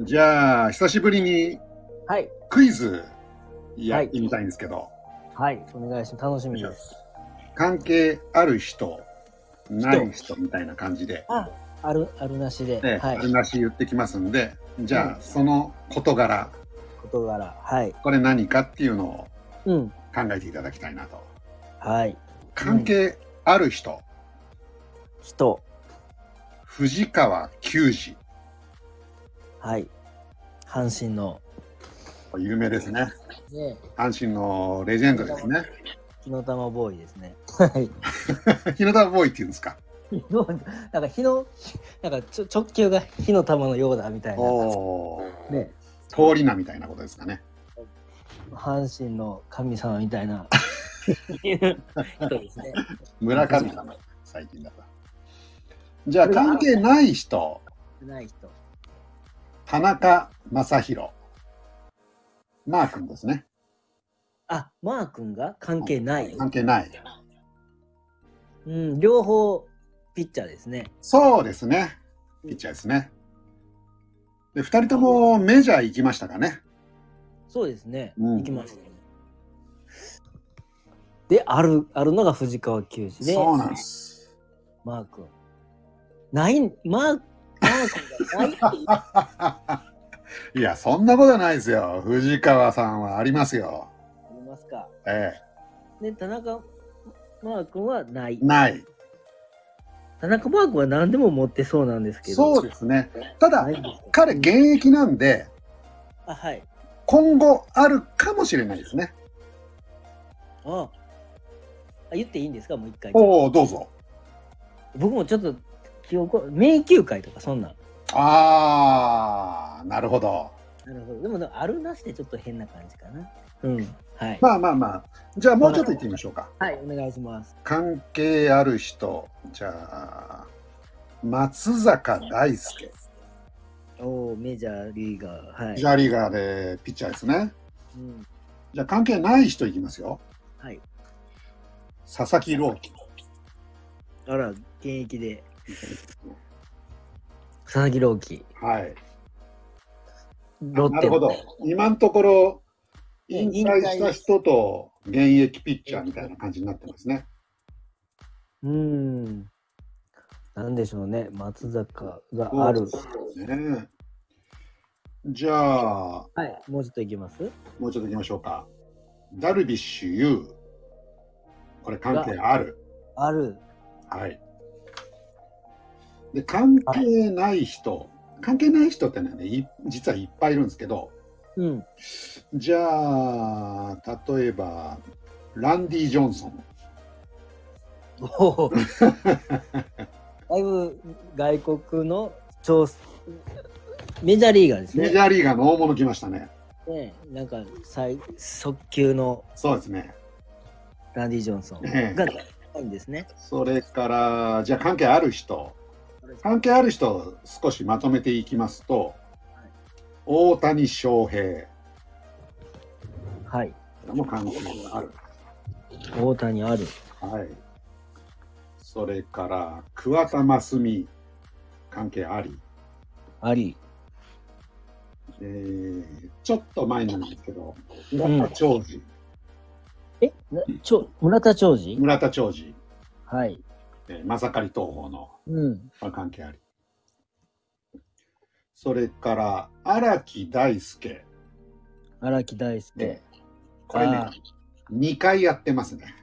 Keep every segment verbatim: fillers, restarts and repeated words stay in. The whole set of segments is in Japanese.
じゃあ、久しぶりにはい。 クイズやってみたいんですけど。 はい。お願いします。楽しみです。 関係ある人、ない人みたいな感じで。 あ、ある、あるなしで。 ええ、 はい。 あるなし言ってきますんで、じゃあ、 うん、 その事柄、 事柄。はい。 これ何かっていうのをうん。 考えていただきたいなと。 はい。 関係ある人。 人。 藤川球児。 はい。阪神の。 有名ですね。 ね。 阪神のレジェンドですね。 火の玉ボーイですね。はい。 火の玉ボーイって言うんですか。 なんか火の、なんかちょ直球が火の玉のようだみたいな。 おー。 ね。 通り名みたいなことですかね。 阪神の神様みたいな人ですね。 村上様、最近だと。じゃあ、関係ない人。 ない人。 田中将大。マー君ですね。 あ、マー君が関係ない。 関係ない。 うん、両方ピッチャーですね。 そうですね。ピッチャーですね。で、二人ともメジャー行きましたかね。 そうですね。 うん、 行きました。で、ある、あるのが藤川球児で。 そうなんです。 マー君。ない、マー、マー君がない。 いや、そんなことないですよ。藤川さんはありますよ。 ありますか。 ええ。で、田中マー君はない。 ない。 田中マー君は何でも持ってそうなんですけど。 そうですね。ただ、彼現役なんで、 あ、はい。 今後あるかもしれないですね。 ああ、言っていいんですか、もう一回。 おお、どうぞ。 僕もちょっと記憶、迷宮会とかそんなん。 ああ、なるほど。 なるほど。でも、あるなしでちょっと変な感じかな。うん。はい。 まあまあまあ。じゃあもうちょっと言ってみましょうか。 はい、お願いします。 関係ある人。じゃあ、松坂大輔。 おお、メジャーリーガー。はい。 メジャーリーガーでピッチャーですね。 うん。 じゃあ関係ない人いきますよ。 はい。 佐々木朗希。 あら、現役で。佐々木朗希。 はい。 ロッテ。 なるほど。今のところ、引退した人と現役ピッチャーみたいな感じになってますね。 うーん。なんでしょうね。松坂がある。 ね、じゃあ、 はい。もうちょっといきます？ もうちょっといきましょうか。ダルビッシュ有。これ関係ある。 ある。 はい。で、関係ない人。関係ない人ってね、実はいっぱいいるんですけど。 うん。 じゃあ、例えば、ランディ・ジョンソン。 おお。だいぶ外国の超メジャーリーガーですね。 メジャーリーガーの大物来ましたね。 ね、なんか最速球の。 そうですね。 ランディ・ジョンソンがないんですね。 それから、じゃあ関係ある人。関係ある人、少しまとめていきますと、はい、大谷翔平。 はい。 も関係がある。 大谷ある。 はい。それから、桑田真澄。関係あり。 あり。 えー、ちょっと前なんですけど、村田兆治。 うん、えちょ村田兆治村田兆治。 はい。 えー、マサカリ東宝の。 うん。 関係あり。それから、荒木大輔。 荒木大輔。 これね、にかいやってますね。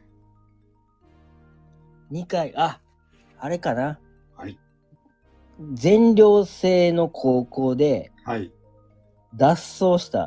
にかい、あ、あれかな。 はい。 全寮制の高校で、 はい。 脱走した。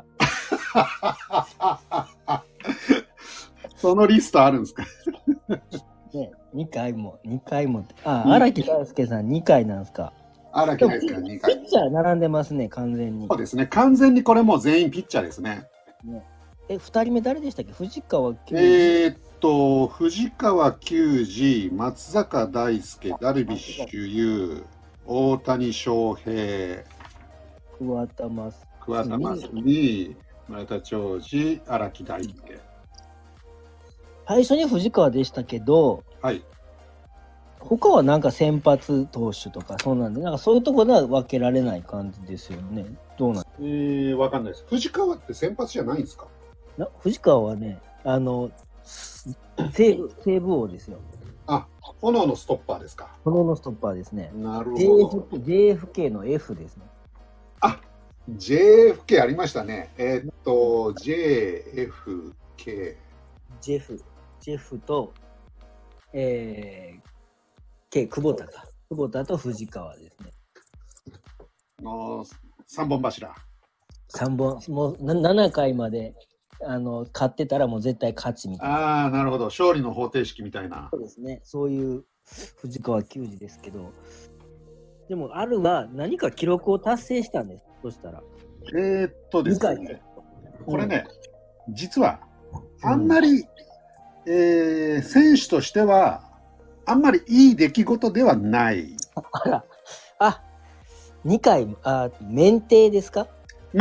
そのリストあるんですかね、にかいも、にかいも。あ、荒木大輔さんにかいなんですか。 荒木大輔はにかい。 ピッチャー並んでますね、完全に。 そうですね、完全にこれもう全員ピッチャーですね。 ね、え、ふたりめ誰でしたっけ？藤川球児。 えー、っと、藤川球児、松坂大輔、ダルビッシュ有、大谷翔平、 桑田真澄、 桑田真澄、村田兆治、荒木大輔。 最初に藤川でしたけど、 はい。 他はなんか先発投手とかそうなんで、なんかそういうところでは分けられない感じですよね。どうなんえー、わかんないです。藤川って先発じゃないんですか？ な藤川はね、あの、西武、西武王ですよ。 あ、炎のストッパーですか。 炎のストッパーですね。 なるほど。 ジェイエフケー、ジェイエフケー の F ですね。 あ、ジェイエフケー ありましたね。えー、っと、ジェイエフケー。 ジェフ、ジェフと、えー、K、久保田か。久保田と藤川ですね。 のさんぼん柱。 さんぼん、もうなななかいまであの勝ってたらもう絶対勝ちみたいな。 ああ、なるほど。勝利の方程式みたいな。 そうですね。そういう藤川球児ですけど、でも、あるは何か記録を達成したんです。そしたら。 えー、っとですにかいね、これね、実は、あんまり、うんえー、選手としては、あんまりいい出来事ではない。 あら、あ、にかい、あ、免停ですか？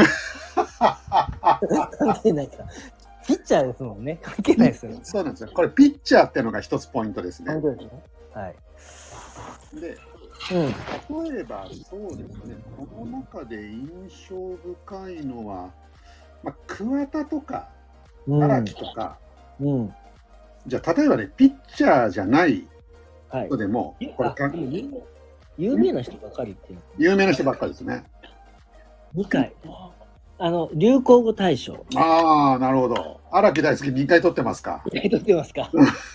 関係ないか。ピッチャーですもんね。関係ないですよね。 そうなんですよ。これ、ピッチャーっていうのが一つポイントですね。 本当ですね。はい。 で、うん、例えばそうですね、この中で印象深いのは、まあ、桑田とか荒木とか、うんうん、じゃあ例えばね、ピッチャーじゃない人でも、はい、これか有名な人ばかりっていう有名な人ばっかりですね。 にかい。あの、流行語大賞。 ああ、なるほど。荒木大輔にかい取ってますか。 にかい取ってますか。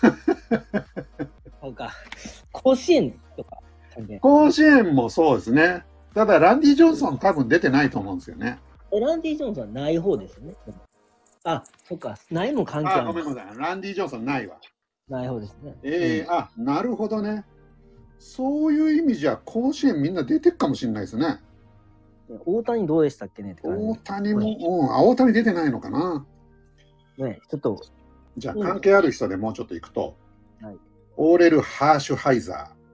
そうか。甲子園とか。 甲子園もそうですね。ただ、ランディ・ジョンソン多分出てないと思うんですよね。 ランディ・ジョンソンはない方ですよね。あ、そっか。ないも関係ある。 あ、ごめんなさい。ランディ・ジョンソンないわ。 ない方ですね。 えー、うん、あ、なるほどね。そういう意味じゃ、甲子園みんな出てるかもしれないですね。 大谷どうでしたっけねって感じ。大谷も、うん、あ、大谷出てないのかな。 ね、ちょっと。 じゃあ、関係ある人でもうちょっといくと、はい、オーレル・ハーシュハイザー。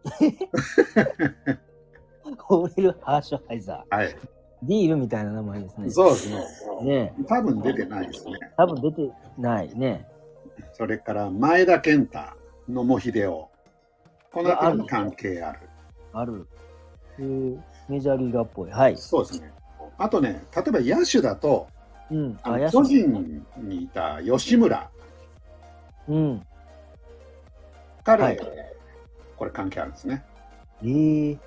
オーレル・ハーシュハイザー。はい。 ディールみたいな名前ですね。 そうですね。ね、多分出てないですね。 多分出てないね。 それから前田健太、野茂英雄。この辺りに関係ある。 ある。えー、メジャーリーガーっぽい。はい。 そうですね。あとね、例えば野手だと、うん、あの巨人にいた吉村。うん。彼、はい、これ関係あるんですね。 えー、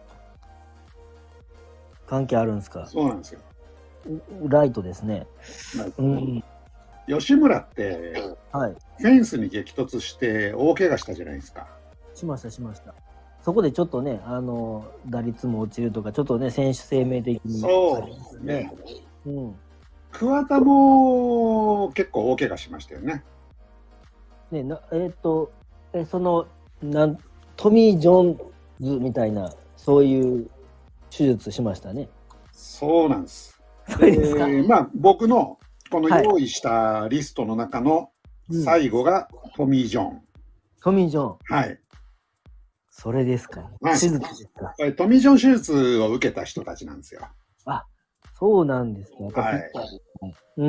関係あるんですか。 そうなんですよ。 ライトですね。 うん、吉村って、はい、フェンスに激突して大怪我したじゃないですか。 しましたしました。そこでちょっとね、あの打率も落ちるとか、ちょっとね、選手生命的に。 そうですね。うん、桑田も結構大怪我しましたよね。 ね、なえっ、ー、とえそのなんトミー・ジョンズみたいなそういう手術しましたね。 そうなんです。それですか？えー、まあ僕のこの用意したリストの中の最後がトミー・ジョン。うん、 トミー・ジョン。 はい。 それですか。 はい、手術ですか。トミー・ジョン手術を受けた人たちなんですよ。 あ、そうなんですね。 はい。 うん。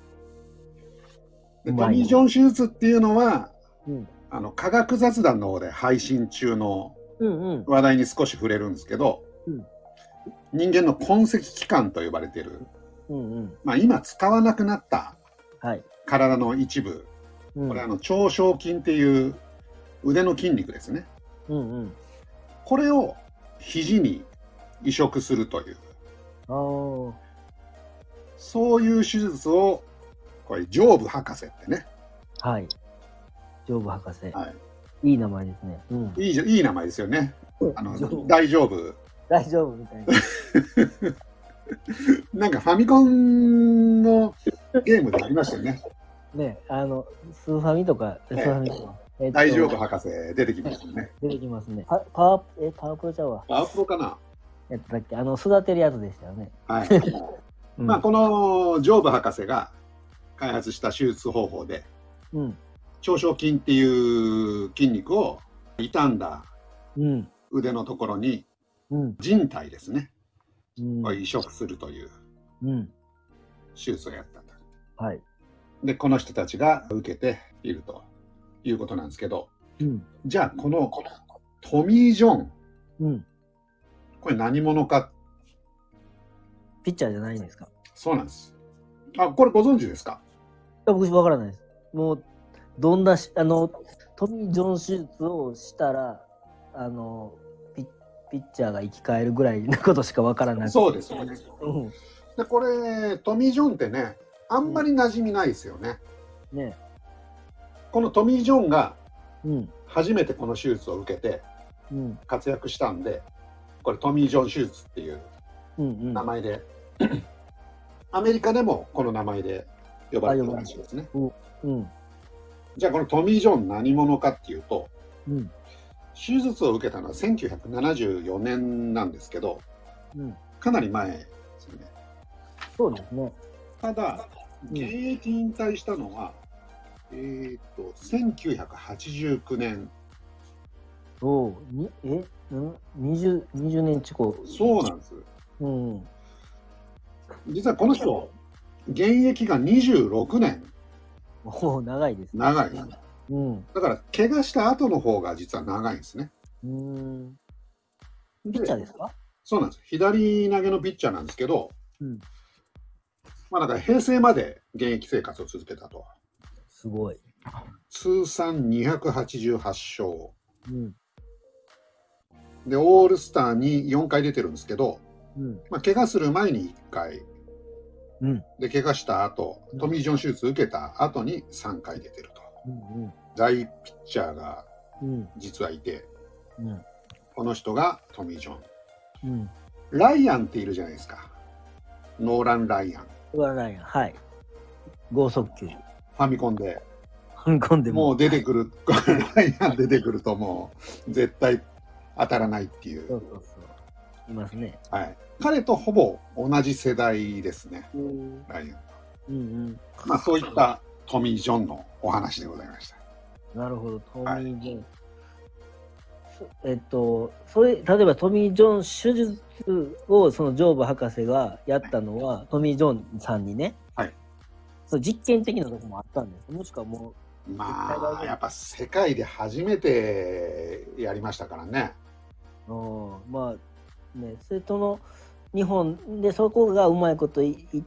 でトミー・ジョン手術っていうのは、うん、あの科学雑談の方で配信中の話題に少し触れるんですけど、うんうん、人間の痕跡器官と呼ばれている、うんうん、まあ、今使わなくなった体の一部、はい、これあの長小筋っていう腕の筋肉ですね、うんうん、これを肘に移植するという、あ、そういう手術をこれジョーブ博士ってね、 はい、ジョーブ博士、はい、いい名前ですね、うん、 いい、いい名前ですよね。あの大丈夫大丈夫みたいななんかファミコンのゲームでありましたよね。 ね、あのスーファミとか、スーファミとか、 えっと、大丈夫博士出てきますよね。 出てきますね。パパワーえパワープロちゃうわ。 パワープロかな。 えっとだっけ、あの育てるやつでしたよね。 はい。うん、まあこのジョーブ博士が開発した手術方法で、うん、長小筋っていう筋肉を傷んだ腕のところに、うん、人体ですね、うん、を移植するという手術をやったと、はい、でこの人たちが受けているということなんですけど、 うん、じゃあこのトミー・ジョン、うん、これ何者か。 ピッチャーじゃないんですか？ そうなんです。あ、これご存知ですか？ 僕わからないです。もうどんなあのトミー・ジョン手術をしたらあの ピ, ピッチャーが生き返るぐらいのことしかわからない。 そうですよね。うん、でこれトミー・ジョンってね、あんまり馴染みないですよね。うん、ね。このトミー・ジョンが初めてこの手術を受けて活躍したんで、これトミー・ジョン手術っていう名前で、うんうん、アメリカでもこの名前で呼ばれてるらしいですね。うんうん、じゃあこのトミー・ジョン何者かっていうと、うん、手術を受けたのはせんきゅうひゃくななじゅうよねんなんですけど、うん、かなり前ですよね。 そうですね。 ただ現役引退したのは、うん、えっとせんきゅうひゃくはちじゅうきゅうねん。 おお、にえ、にじゅう、にじゅうねん近く。 そうなんです。うん。実はこの人現役がにじゅうろくねん。 おお、長いですね。 長いですね。うん。だから怪我した後の方が実は長いんですね。うん。 ピッチャーですか？ そうなんです。左投げのピッチャーなんですけど、うん、まあだから平成まで現役生活を続けたと。 すごい。 通算にひゃくはちじゅうはちしょう。うん、でオールスターによんかい出てるんですけど、うん、まあ怪我する前にいっかい、うん、で怪我した後、トミー・ジョン手術受けた後にさんかい出てると、うんうん、大ピッチャーが実はいて、うん、この人がトミー・ジョン、うん、ライアンっているじゃないですか。ノーラン・ライアン。 ノーラン・ライアン、はい。剛速球。 ファミコンで。 ファミコンでも。 もう出てくる、ライアン出てくるともう絶対当たらないっていう。そうそうそう。いますね。はい。彼とほぼ同じ世代ですね。ライアン。うんうん。まあそういったトミー・ジョンのお話でございました。 なるほど、トミー・ジョン。はい、えっと、それ、例えばトミー・ジョン手術をそのジョーブ博士がやったのは、はい、トミー・ジョンさんにね、はい、その実験的なところもあったんです。もしくはもう、 まあ、やっぱ世界で初めてやりましたからね。 うん、まあ、ね、それとの日本でそこがうまいこと言って、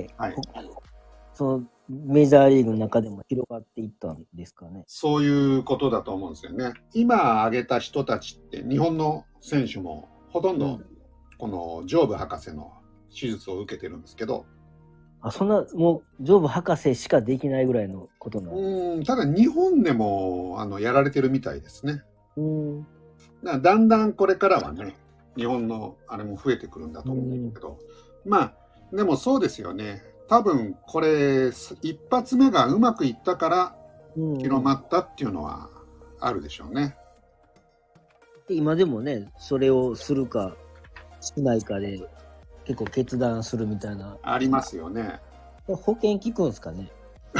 はい、そのメジャーリーグの中でも広がっていったんですかね。 そういうことだと思うんですよね。今挙げた人たちって日本の選手もほとんどこのジョーブ博士の手術を受けてるんですけど、 あ、そんなもうジョーブ博士しかできないぐらいのことなんですか？ うん、ただ日本でもあのやられてるみたいですね。うん、だからだんだんこれからはね、日本のあれも増えてくるんだと思うんだけど、うん、まあでもそうですよね。多分これ一発目がうまくいったから広まったっていうのはあるでしょうね。 うん、今でもね、それをするかしないかで結構決断するみたいな。 ありますよね。 保険効くんですかね。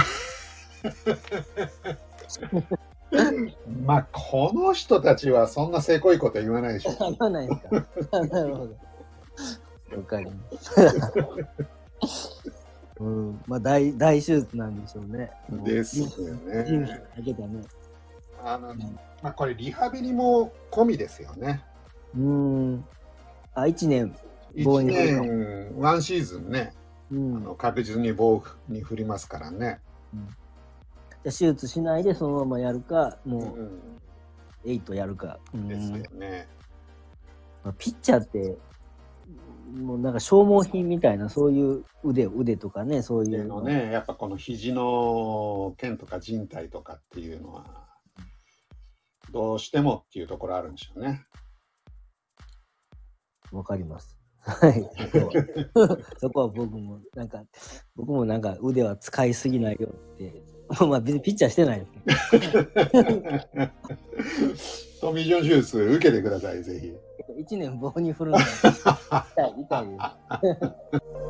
まあこの人たちはそんなせこいこと言わないでしょ。 言わないですか。なるほど。わかります。うん、まあ 大, 大手術なんでしょうね。 ですよね。あの、うん、まあこれリハビリも込みですよね。 うん。あ、いちねん。 いちねん、ワンシーズンね、うん、あの確実に棒に振りますからね。うん、 じゃあ手術しないでそのままやるか、もう、うん、エイトやるか。うん、ですよね。まあ、ピッチャーってもうなんか消耗品みたいな、そういう腕腕とかね、そういうのね、やっぱこの肘の腱とか靭帯とかっていうのはどうしてもっていうところあるんでしょうね。 わかります。はい。そこは僕もなんか僕もなんか腕は使いすぎないよって、まあ別にピッチャーしてないですけど。トミー・ジョン手術受けてください、ぜひ。 いちねん棒に振るの痛い痛いです。